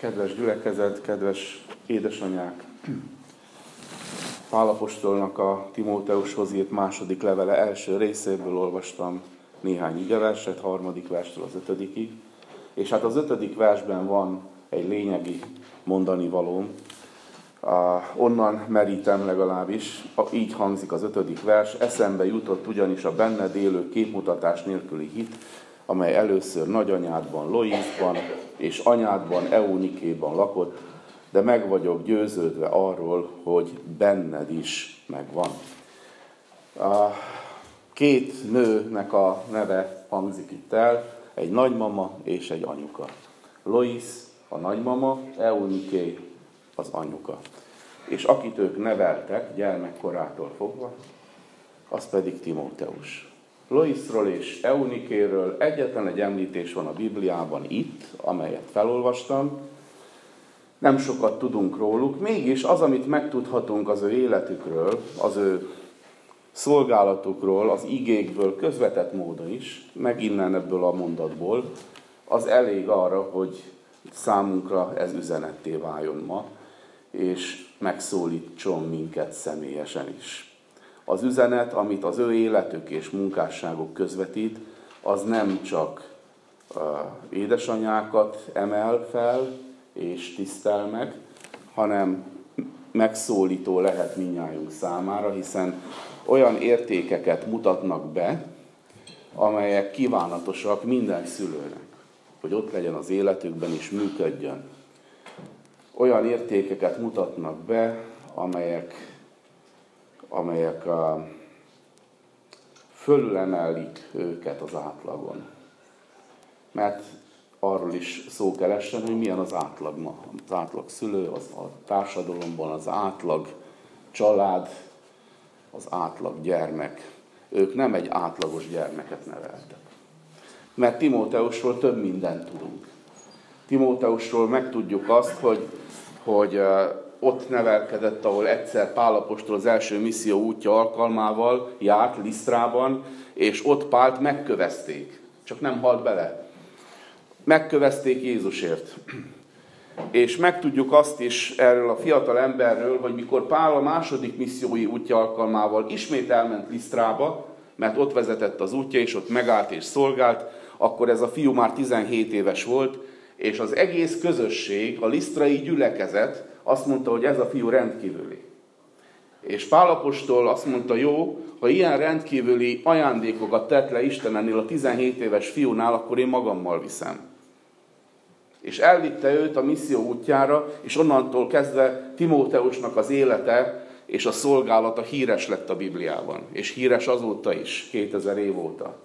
Kedves gyülekezet, kedves édesanyák! Pál apostolnak a Timóteushoz írt második levele első részéből olvastam néhány igeverset, 3. verstől az 5-ig. És hát az 5. versben van egy lényegi mondani valóm. Onnan merítem legalábbis, így hangzik az 5. vers. Eszembe jutott ugyanis a benned élő képmutatás nélküli hit, amely először nagyanyádban, Loisban, és anyádban, Eunikéban lakott, de meg vagyok győződve arról, hogy benned is megvan. Két nőnek a neve hangzik itt el, egy nagymama és egy anyuka. Lois a nagymama, Euniké az anyuka. És akit ők neveltek gyermekkorától fogva, az pedig Timóteus. Loisról és Eunikéről egyetlen egy említés van a Bibliában itt, amelyet felolvastam. Nem sokat tudunk róluk, mégis az, amit megtudhatunk az ő életükről, az ő szolgálatukról, az igékből, közvetett módon is, meg innen ebből a mondatból, az elég arra, hogy számunkra ez üzenetté váljon ma, és megszólítson minket személyesen is. Az üzenet, amit az ő életük és munkásságuk közvetít, az nem csak édesanyákat emel fel és tisztel meg, hanem megszólító lehet mindnyájunk számára, hiszen olyan értékeket mutatnak be, amelyek kívánatosak minden szülőnek, hogy ott legyen az életükben és működjön. Olyan értékeket mutatnak be, amelyek fölülemelik őket az átlagon. Mert arról is szó kell essen, hogy milyen az átlag ma. Az átlag szülő, az a társadalomban az átlag család, az átlag gyermek. Ők nem egy átlagos gyermeket neveltek. Mert Timóteusról több mindent tudunk. Timóteusról megtudjuk azt, hogy ott nevelkedett, ahol egyszer Pál apostol az első misszió útja alkalmával járt Lisztrában, és ott Pált megkövezték. Csak nem halt bele. Megkövezték Jézusért. És megtudjuk azt is erről a fiatal emberről, hogy mikor Pál a második missziói útja alkalmával ismét elment Lisztrába, mert ott vezetett az útja, és ott megállt és szolgált, akkor ez a fiú már 17 éves volt, és az egész közösség, a lisztrai gyülekezet azt mondta, hogy ez a fiú rendkívüli. És Pál apostol azt mondta, jó, ha ilyen rendkívüli ajándékokat tett le Isten ennél a 17 éves fiúnál, akkor én magammal viszem. És elvitte őt a misszió útjára, és onnantól kezdve Timóteusnak az élete és a szolgálata híres lett a Bibliában. És híres azóta is, 2000 év óta.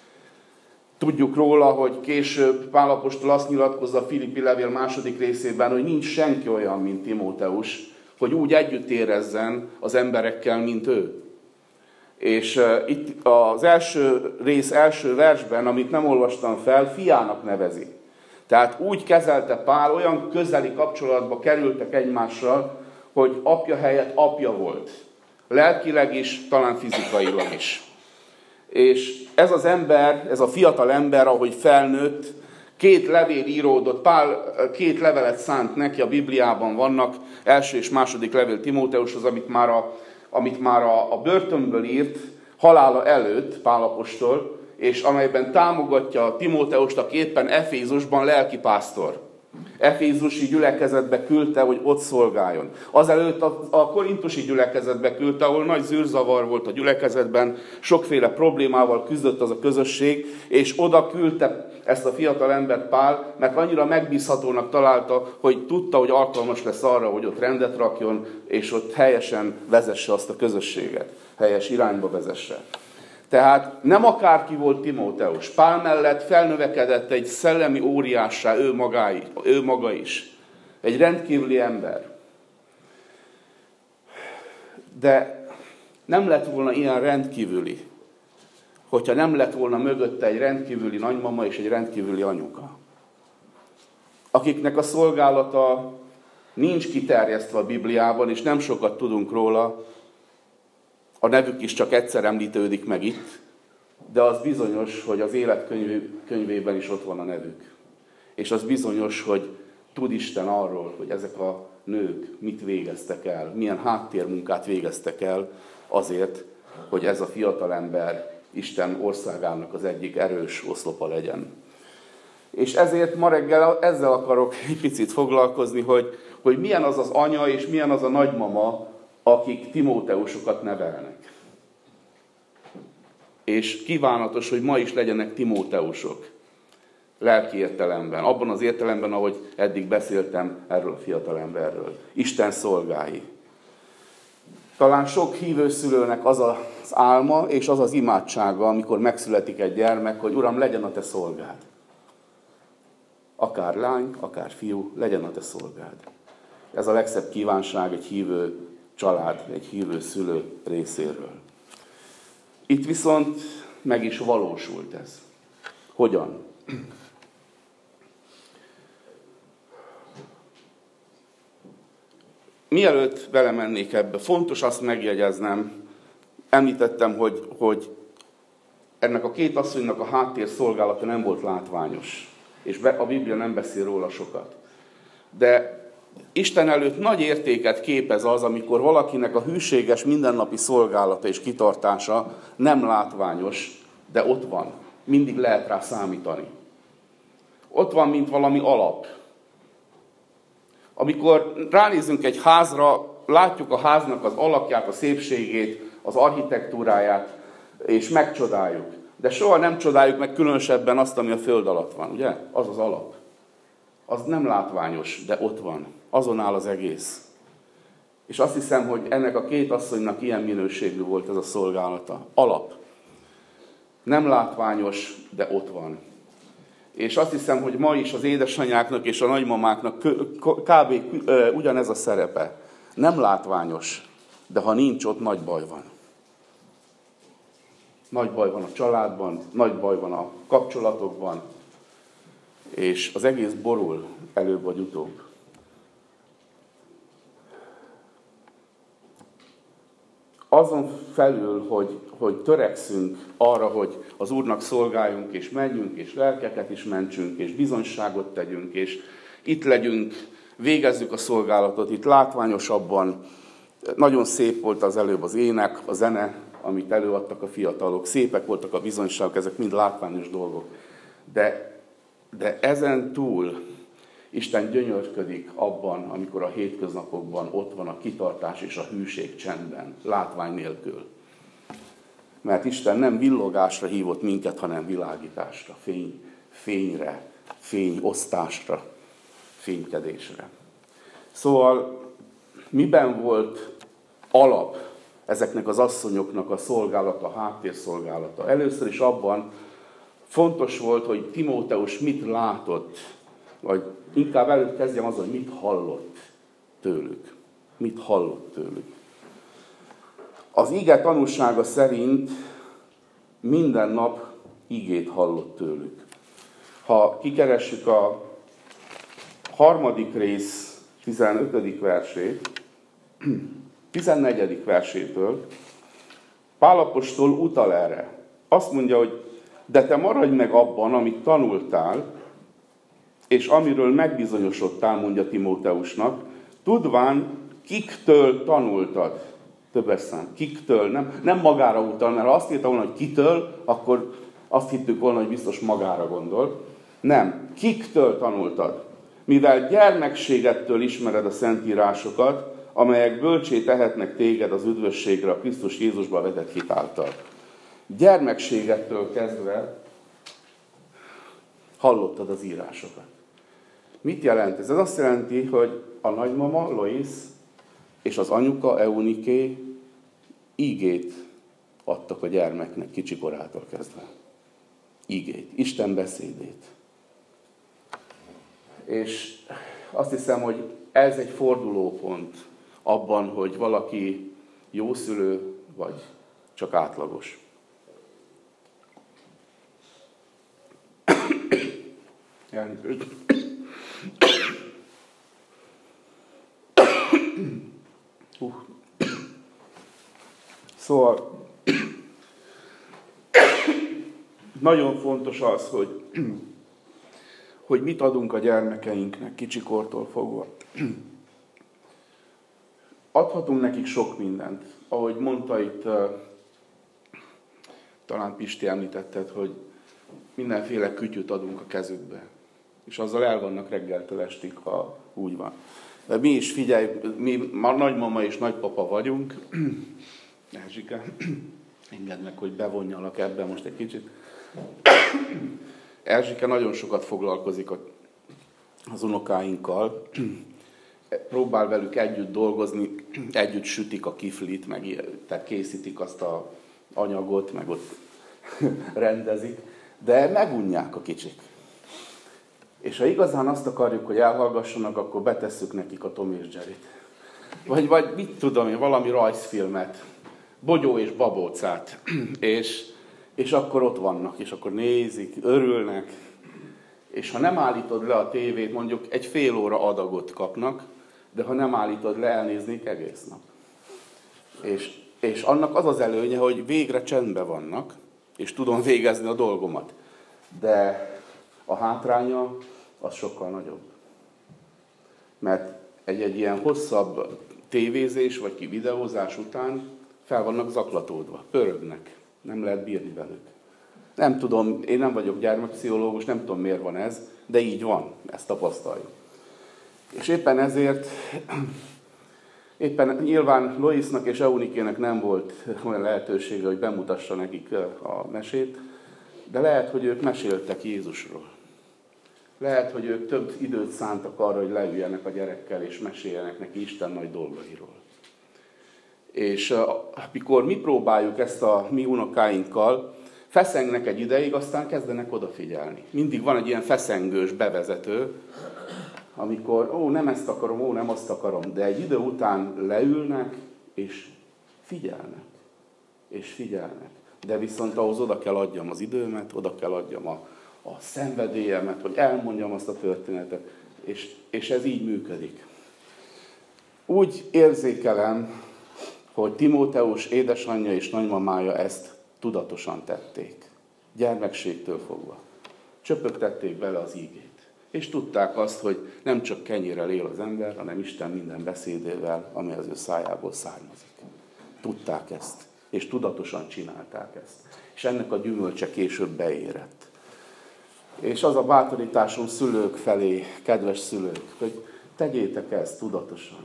Tudjuk róla, hogy később Pál apostol azt nyilatkozza a Filippi levél második részében, hogy nincs senki olyan, mint Timóteus, hogy úgy együtt érezzen az emberekkel, mint ő. És itt az első rész első versben, amit nem olvastam fel, fiának nevezi. Tehát úgy kezelte Pál, olyan közeli kapcsolatba kerültek egymással, hogy apja helyett apja volt. Lelkileg is, talán fizikailag is. És ez az ember, ez a fiatal ember, ahogy felnőtt, 2 levél íródott, Pál 2 levelet szánt neki, a Bibliában vannak, első és második levél Timóteushoz, amit már a börtönből írt, halála előtt Pál apostol, és amelyben támogatja Timóteust, aki éppen Efézusban lelkipásztor. Efézusi gyülekezetbe küldte, hogy ott szolgáljon. Azelőtt a korintusi gyülekezetbe küldte, ahol nagy zűrzavar volt a gyülekezetben, sokféle problémával küzdött az a közösség, és oda küldte ezt a fiatal embert Pál, mert annyira megbízhatónak találta, hogy tudta, hogy alkalmas lesz arra, hogy ott rendet rakjon, és ott helyesen vezesse azt a közösséget, helyes irányba vezesse. Tehát nem akárki volt Timóteus. Pál mellett felnövekedett egy szellemi óriássá ő maga is. Egy rendkívüli ember. De nem lett volna ilyen rendkívüli, hogyha nem lett volna mögötte egy rendkívüli nagymama és egy rendkívüli anyuka. Akiknek a szolgálata nincs kiterjesztve a Bibliában, és nem sokat tudunk róla, a nevük is csak egyszer említődik meg itt, de az bizonyos, hogy az életkönyvében is ott van a nevük. És az bizonyos, hogy tud Isten arról, hogy ezek a nők mit végeztek el, milyen háttérmunkát végeztek el azért, hogy ez a fiatalember Isten országának az egyik erős oszlopa legyen. És ezért ma reggel ezzel akarok egy picit foglalkozni, hogy milyen az az anya és milyen az a nagymama, akik Timóteusokat nevelnek. És kívánatos, hogy ma is legyenek Timóteusok. Lelki értelemben, abban az értelemben, ahogy eddig beszéltem erről a fiatalemberről. Isten szolgái. Talán sok hívőszülőnek az az álma és az az imádsága, amikor megszületik egy gyermek, hogy Uram, legyen a te szolgád. Akár lány, akár fiú, legyen a te szolgád. Ez a legszebb kívánság egy hívő család, egy hívő szülő részéről. Itt viszont meg is valósult ez. Hogyan? Mielőtt belemennék ebbe, fontos azt megjegyeznem, említettem, hogy ennek a két asszonynak a háttérszolgálata nem volt látványos, és a Biblia nem beszél róla sokat. De Isten előtt nagy értéket képez az, amikor valakinek a hűséges mindennapi szolgálata és kitartása nem látványos, de ott van. Mindig lehet rá számítani. Ott van, mint valami alap. Amikor ránézünk egy házra, látjuk a háznak az alakját, a szépségét, az architektúráját, és megcsodáljuk. De soha nem csodáljuk meg különösebben azt, ami a föld alatt van, ugye? Az az alap. Az nem látványos, de ott van. Azon áll az egész. És azt hiszem, hogy ennek a két asszonynak ilyen minőségű volt ez a szolgálata. Alap. Nem látványos, de ott van. És azt hiszem, hogy ma is az édesanyáknak és a nagymamáknak kb. Ugyanez a szerepe. Nem látványos, de ha nincs ott, nagy baj van. Nagy baj van a családban, nagy baj van a kapcsolatokban, és az egész borul előbb vagy utóbb. Azon felül, hogy törekszünk arra, hogy az Úrnak szolgáljunk, és menjünk, és lelkeket is mentsünk, és bizonyságot tegyünk, és itt legyünk, végezzük a szolgálatot itt látványosabban. Nagyon szép volt az előbb az ének, a zene, amit előadtak a fiatalok. Szépek voltak a bizonyságok, ezek mind látványos dolgok. De ezen túl Isten gyönyörködik abban, amikor a hétköznapokban ott van a kitartás és a hűség csendben, látvány nélkül. Mert Isten nem villogásra hívott minket, hanem világításra, fényre, fényosztásra, fénykedésre. Szóval miben volt alap ezeknek az asszonyoknak a szolgálata, a háttérszolgálata? Először is abban fontos volt, hogy Timóteus mit látott, vagy inkább előtt kezdjem azzal, hogy mit hallott tőlük. Mit hallott tőlük. Az ige tanúsága szerint minden nap igét hallott tőlük. Ha kikeressük a 3. rész 15. versét, 14. versétől, Pál apostol utal erre. Azt mondja, hogy de te maradj meg abban, amit tanultál, és amiről megbizonyosodtál, mondja Timóteusnak, tudván, kiktől tanultad. Többes szám, kiktől, nem magára utal, mert ha azt írta volna, hogy kitől, akkor azt hittük volna, hogy biztos magára gondol. Nem, kiktől tanultad. Mivel gyermekségettől ismered a szentírásokat, amelyek bölcsé tehetnek téged az üdvösségre a Krisztus Jézusba vetett hit által. Gyermekségettől kezdve hallottad az írásokat. Mit jelent ez? Ez azt jelenti, hogy a nagymama, Lois, és az anyuka, Euniké ígét adtak a gyermeknek kicsikorától kezdve. Ígét, Isten beszédét. És azt hiszem, hogy ez egy fordulópont abban, hogy valaki jó szülő, vagy csak átlagos. Szóval nagyon fontos az, hogy mit adunk a gyermekeinknek kicsikortól fogva. Adhatunk nekik sok mindent. Ahogy mondta itt, talán Pisti említetted, hogy mindenféle kütyüt adunk a kezükbe. És azzal el vannak reggeltől estig, ha úgy van. De mi is figyelj, mi már nagymama és nagypapa vagyunk. Erzsike, engedd meg, hogy bevonjalak ebben most egy kicsit. Erzsike nagyon sokat foglalkozik az unokáinkkal. Próbál velük együtt dolgozni, együtt sütik a kiflit, tehát készítik azt az anyagot, meg ott rendezik. De megunják a kicsik. És ha igazán azt akarjuk, hogy elhallgassanak, akkor betesszük nekik a Tom és Jerryt. Vagy mit tudom én, valami rajzfilmet, Bogyó és Babócát. És akkor ott vannak, és akkor nézik, örülnek. És ha nem állítod le a tévét, mondjuk egy fél óra adagot kapnak, de ha nem állítod le, elnéznék egész nap. És annak az az előnye, hogy végre csendben vannak, és tudom végezni a dolgomat. De a hátránya az sokkal nagyobb. Mert egy ilyen hosszabb tévézés vagy videózás után fel vannak zaklatódva, pörögnek, nem lehet bírni velük. Nem tudom, én nem vagyok gyermekpszichológus, nem tudom miért van ez, de így van, ezt tapasztaljuk. És éppen ezért, nyilván Loisnak és Eunikének nem volt olyan lehetősége, hogy bemutassa nekik a mesét, de lehet, hogy ők meséltek Jézusról. Lehet, hogy ők több időt szántak arra, hogy leüljenek a gyerekkel, és meséljenek neki Isten nagy dolgairól. És amikor mi próbáljuk ezt a mi unokáinkkal, feszengnek egy ideig, aztán kezdenek odafigyelni. Mindig van egy ilyen feszengős bevezető, amikor nem ezt akarom, nem azt akarom, de egy idő után leülnek, és figyelnek. És figyelnek. De viszont ahhoz oda kell adjam az időmet, oda kell adjam a szenvedélyemet, hogy elmondjam azt a történetet, és ez így működik. Úgy érzékelem, hogy Timóteus édesanyja és nagymamája ezt tudatosan tették. Gyermekségtől fogva. Csöpögtették bele az ígét. És tudták azt, hogy nem csak kenyérrel él az ember, hanem Isten minden beszédével, ami az ő szájából származik. Tudták ezt, és tudatosan csinálták ezt. És ennek a gyümölcse később beérett. És az a bátorításom szülők felé, kedves szülők, hogy tegyétek ezt tudatosan.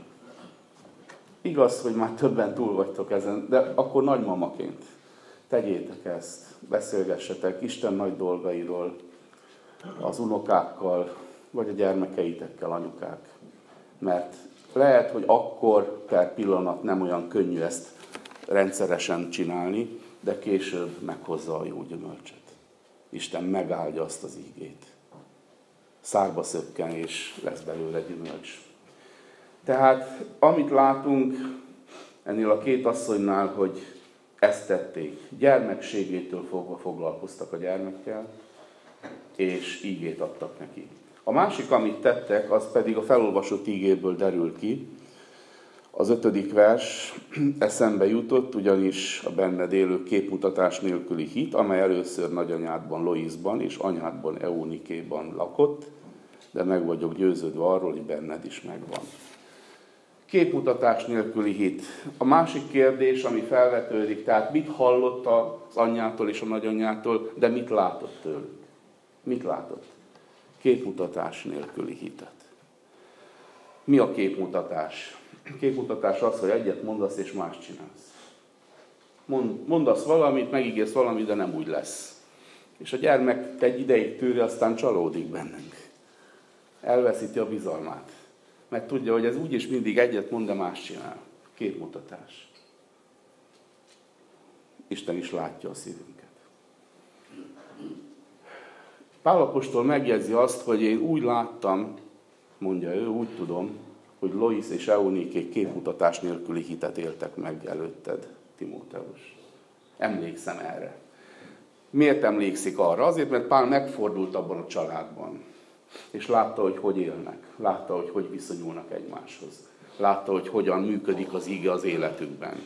Igaz, hogy már többen túl vagytok ezen, de akkor nagymamaként tegyétek ezt, beszélgessetek Isten nagy dolgairól, az unokákkal, vagy a gyermekeitekkel, anyukák. Mert lehet, hogy akkor per pillanat nem olyan könnyű ezt rendszeresen csinálni, de később meghozza a jó gyümölcset. Isten megáldja azt az ígét. Szárba szökken, és lesz belőle gyümölcs. Tehát, amit látunk ennél a két asszonynál, hogy ezt tették. Gyermekségétől fogva foglalkoztak a gyermekkel, és ígét adtak neki. A másik, amit tettek, az pedig a felolvasott ígéből derül ki. Az 5. vers eszembe jutott, ugyanis a benned élő képmutatás nélküli hit, amely először nagyanyádban, Loisban és anyádban, Eunikéban lakott, de meg vagyok győződve arról, hogy benned is megvan. Képmutatás nélküli hit. A másik kérdés, ami felvetődik, tehát mit hallott az anyjától és a nagyanyjától, de mit látott tőlük? Mit látott? Képmutatás nélküli hitet. Mi a képmutatás? Képmutatás az, hogy egyet mondasz és más csinálsz. Mondasz valamit, megígérsz valamit, de nem úgy lesz. És a gyermek egy ideig tűri, aztán csalódik bennünk. Elveszíti a bizalmát. Mert tudja, hogy ez úgyis mindig egyet mond, de más csinál. Képmutatás. Isten is látja a szívünket. Pál apostol megjegyzi azt, hogy én úgy láttam, mondja ő, úgy tudom, hogy Lois és Euniké képmutatás nélküli hitet éltek meg előtted, Timóteus. Emlékszem erre. Miért emlékszik arra? Azért, mert Pál megfordult abban a családban. És látta, hogy élnek. Látta, hogy viszonyulnak egymáshoz. Látta, hogy hogyan működik az ige az életükben.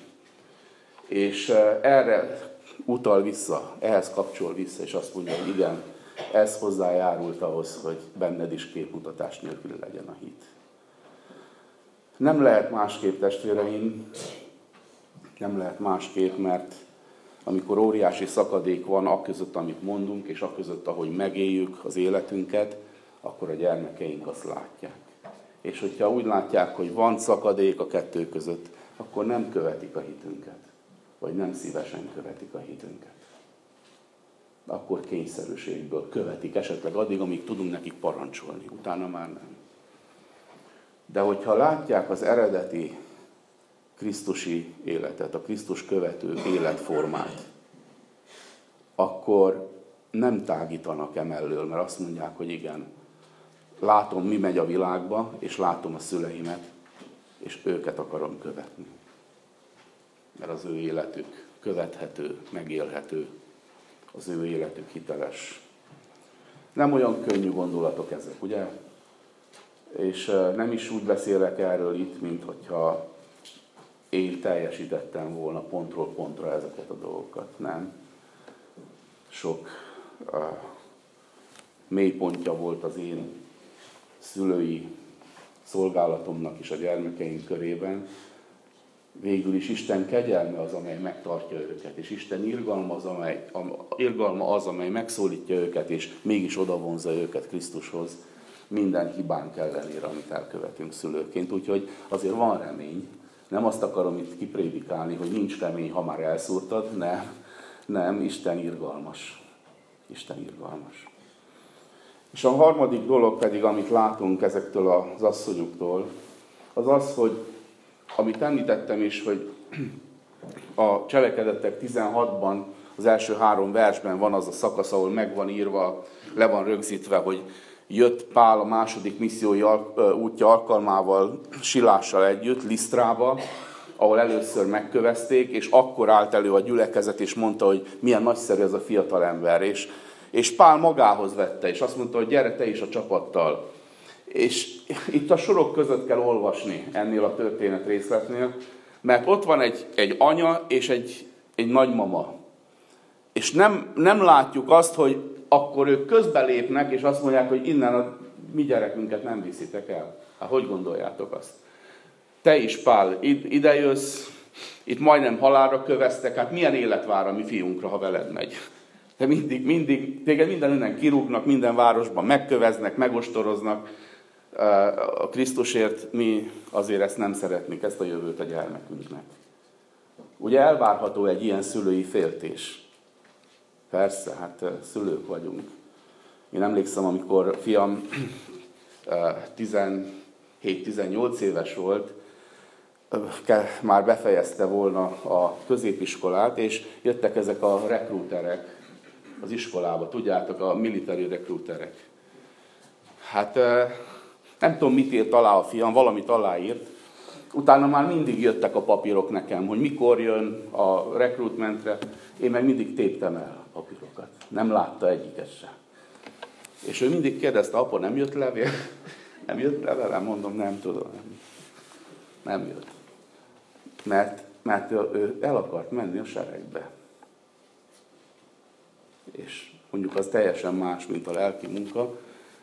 És erre utal vissza, ehhez kapcsol vissza, és azt mondja, hogy igen, Ez hozzájárult ahhoz, hogy benned is képmutatás nélkül legyen a hit. Nem lehet másképp, testvéreim, nem lehet másképp, mert amikor óriási szakadék van aközött, amit mondunk, és aközött, ahogy megéljük az életünket, akkor a gyermekeink azt látják. És hogyha úgy látják, hogy van szakadék a kettő között, akkor nem követik a hitünket, vagy nem szívesen követik a hitünket. Akkor kényszerűségből követik, esetleg addig, amíg tudunk nekik parancsolni, utána már nem. De hogyha látják az eredeti krisztusi életet, a Krisztus követő életformát, akkor nem tágítanak emellől, mert azt mondják, hogy igen, látom, mi megy a világba, és látom a szüleimet, és őket akarom követni. Mert az ő életük követhető, megélhető, az ő életük hiteles. Nem olyan könnyű gondolatok ezek, ugye? És nem is úgy beszélek erről itt, mint hogyha én teljesítettem volna pontról pontra ezeket a dolgokat. Nem. Sok mélypontja volt az én szülői szolgálatomnak is a gyermekeink körében. Végül is Isten kegyelme az, amely megtartja őket, és Isten irgalma az, amely megszólítja őket, és mégis odavonza őket Krisztushoz, minden hibánk ellenére, amit elkövetünk szülőként. Úgyhogy azért van remény. Nem azt akarom itt kiprédikálni, hogy nincs remény, ha már elszúrtad. Nem, Isten irgalmas. Isten irgalmas. És a harmadik dolog pedig, amit látunk ezektől az asszonyoktól, az az, hogy amit említettem is, hogy a Cselekedetek 16-ban, az első 3 versben van az a szakasz, ahol meg van írva, le van rögzítve, hogy jött Pál a második missziói útja alkalmával Silással együtt, Lisztrába, ahol először megkövezték, és akkor állt elő a gyülekezet, és mondta, hogy milyen nagyszerű ez a fiatal ember. És Pál magához vette, és azt mondta, hogy gyere te is a csapattal. És itt a sorok között kell olvasni ennél a történet részletnél, mert ott van egy anya és egy nagymama. És nem látjuk azt, hogy akkor ők közbelépnek, és azt mondják, hogy innen a mi gyerekünket nem viszitek el. Hát hogy gondoljátok azt? Te is, Pál, ide jössz, itt majdnem halálra köveztek, hát milyen élet vár a mi fiunkra, ha veled megy? De mindig, téged mindenünnen kirúgnak, minden városban megköveznek, megostoroznak. A Krisztusért mi azért ezt nem szeretnénk, ezt a jövőt a gyermekünknek. Ugye elvárható egy ilyen szülői féltés. Persze, hát szülők vagyunk. Én emlékszem, amikor fiam 17-18 éves volt, már befejezte volna a középiskolát, és jöttek ezek a rekrúterek az iskolába, tudjátok, a military rekrúterek. Hát nem tudom, mit írt alá a fiam, valamit aláírt. Utána már mindig jöttek a papírok nekem, hogy mikor jön a rekrútmentre. Én meg mindig téptem el a papírokat. Nem látta egyiket sem. És ő mindig kérdezte, apa, nem jött levél? Nem jött levelem? Mondom, nem tudom. Nem jött. Mert ő el akart menni a seregbe. És mondjuk az teljesen más, mint a lelki munka.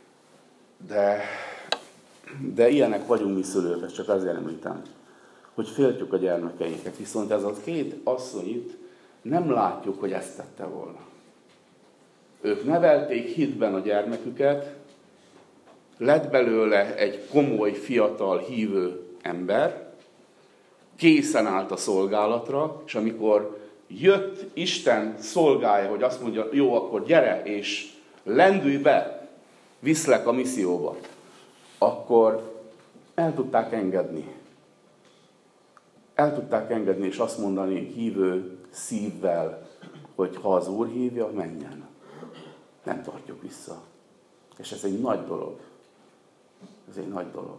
De ilyenek vagyunk mi szülők, ezt csak azért említem, hogy féltjük a gyermekeinket. Viszont ez a 2 asszony itt, nem látjuk, hogy ezt tette volna. Ők nevelték hitben a gyermeküket, lett belőle egy komoly, fiatal, hívő ember, készen állt a szolgálatra, és amikor jött Isten szolgálja, hogy azt mondja, jó, akkor gyere, és lendülj be, viszlek a misszióba, akkor el tudták engedni. El tudták engedni, és azt mondani hívő szívvel, hogy ha az Úr hívja, menjen. Nem tartjuk vissza. És ez egy nagy dolog. Ez egy nagy dolog.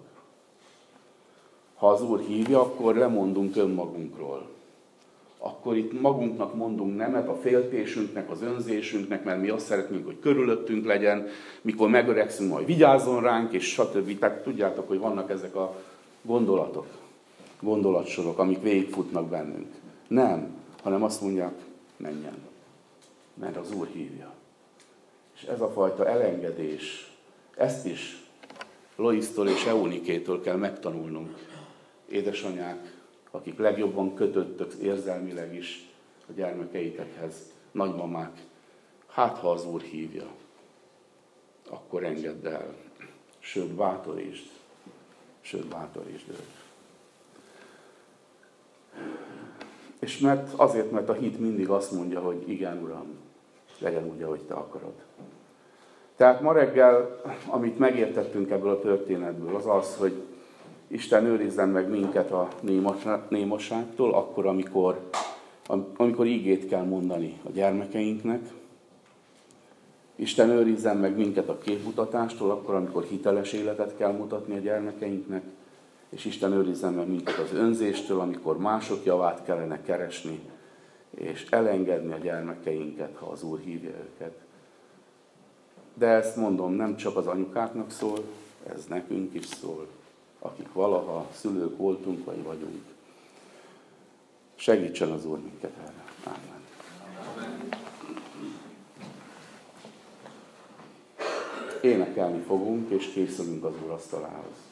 Ha az Úr hívja, akkor lemondunk önmagunkról. Akkor itt magunknak mondunk nemet, a féltésünknek, az önzésünknek, mert mi azt szeretnénk, hogy körülöttünk legyen, mikor megöregszünk, majd vigyázzon ránk, és stb. Tehát tudjátok, hogy vannak ezek a gondolatok, gondolatsorok, amik végigfutnak bennünk. Nem, hanem azt mondják, menjen, mert az Úr hívja. És ez a fajta elengedés, ezt is Loisztól és Eunikétől kell megtanulnunk, édesanyák, akik legjobban kötöttök érzelmileg is a gyermekeitekhez, nagymamák. Hát, ha az Úr hívja, akkor engedd el, sőt, bátorítsd őt. És azért, mert a hit mindig azt mondja, hogy igen, Uram, legyen úgy, ahogy te akarod. Tehát ma reggel, amit megértettünk ebből a történetből, az az, hogy Isten őrizzen meg minket a némaságtól, akkor, amikor igét kell mondani a gyermekeinknek. Isten őrizzen meg minket a képmutatástól, akkor, amikor hiteles életet kell mutatni a gyermekeinknek. És Isten őrizzen meg minket az önzéstől, amikor mások javát kellene keresni, és elengedni a gyermekeinket, ha az Úr hívja őket. De ezt mondom, nem csak az anyukáknak szól, ez nekünk is szól, akik valaha szülők voltunk, vagy vagyunk. Segítsen az Úr minket erre. Ámen. Énekelni fogunk, és készülünk az Úr asztalához.